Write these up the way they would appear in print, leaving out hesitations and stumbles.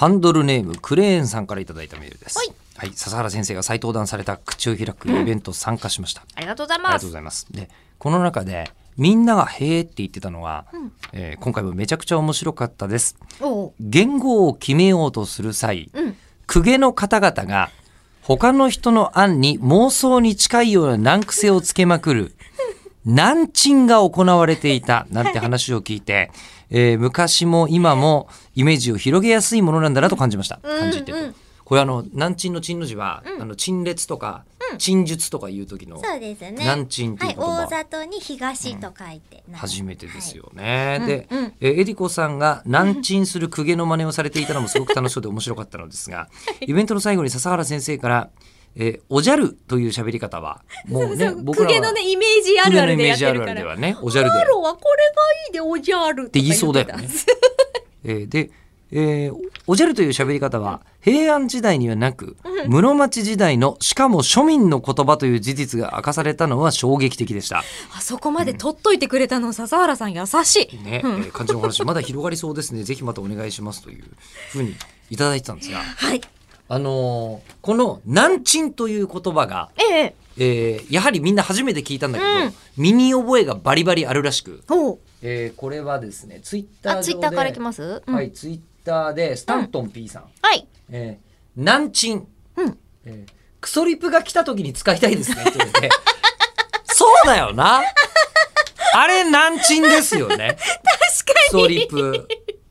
ハンドルネームクレーンさんからいただいたメールです。 はい、 はい、笹原先生が再登壇された口を開くイベント参加しました、 ありがとうございありがます。 とうございます。でこの中でみんながへーって言ってたのは、今回もめちゃくちゃ面白かったです。 おう、 言語を決めようとする際、 うん公家の方々が他の人の案に妄想に近いような難癖をつけまくる難鎮が行われていたなんて話を聞いて、昔も今もイメージを広げやすいものなんだなと感じました。感じてると、これ難鎮の鎮の字は、陳列とか陳術とかいう時のそうですね。 難鎮という言葉、 はい、大里に東と書いて、 初めてですよね、 はい、 で、エリコさんが難鎮する公家の真似をされていたのもすごく楽しそうで面白かったのですがイベントの最後に笹原先生からおじゃるという喋り方はもうね、僕らは公家のねイメージあるあるでやってるから、 公家のイメージあるあるではね、おじゃるでハロはこれがいいでおじゃるって言いそうだよねで、おじゃるという喋り方は平安時代にはなく、室町時代のしかも庶民の言葉という事実が明かされたのは衝撃的でした。 あそこまで取っといてくれたの、笹原さん優しいね、漢字の話まだ広がりそうですね。ぜひまたお願いしますというふうにいただいてたんですが、 はい、 この難鎮という言葉が、やはりみんな初めて聞いたんだけど、身に覚えがバリバリあるらしく、これはですねツイッター上で、 ツイッターからいきます、 はい、ツイッターでスタントン P さん、 はい、 難鎮、クソリプが来た時に使いたいですねって言ってそうだよなあれ難鎮ですよね確かにクソリプ難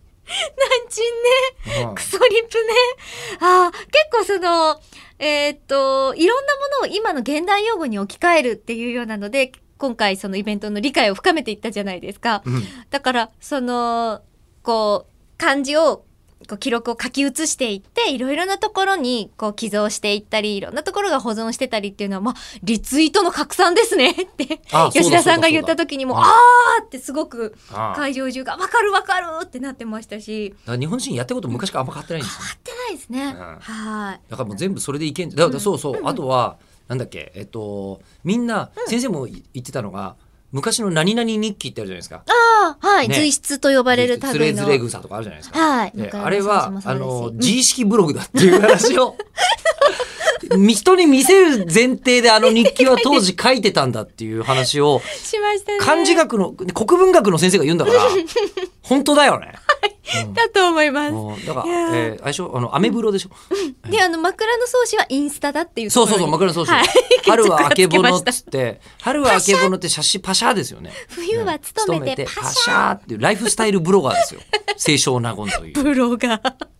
鎮ね、クソリプね。結構そのいろんなものを今の現代用語に置き換えるっていうようなので今回そのイベントの理解を深めていったじゃないですか、だからそのこう漢字をこう記録を書き写していっていろいろなところにこう寄贈していったりいろんなところが保存してたりっていうのは、リツイートの拡散ですねって吉田さんが言った時にもってすごく会場中が分かる分かるってなってましたし、 日本人やってること昔からあんま変わってないんですよ。 変わってないですね、はい。 だからもう全部それでいけんだからそうそう、あとはなんだっけみんな、先生も言ってたのが昔の何々日記ってあるじゃないですか。 はい、随筆と呼ばれる類のつれづれ草とかあるじゃないですか。 はい。 あれは自意識ブログだっていう話を人に見せる前提で日記は当時書いてたんだっていう話をしましたね。 漢字学の国文学の先生が言うんだから本当だよね。 だと思います。 だから、相性アメブロでしょ。 で枕草子はインスタだっていうそう枕草子、春はあけぼのっつって春はあけぼのって写真パシャーですよね。 冬は勤めてパシャーっていうライフスタイルブロガーですよ清少納言というブロガー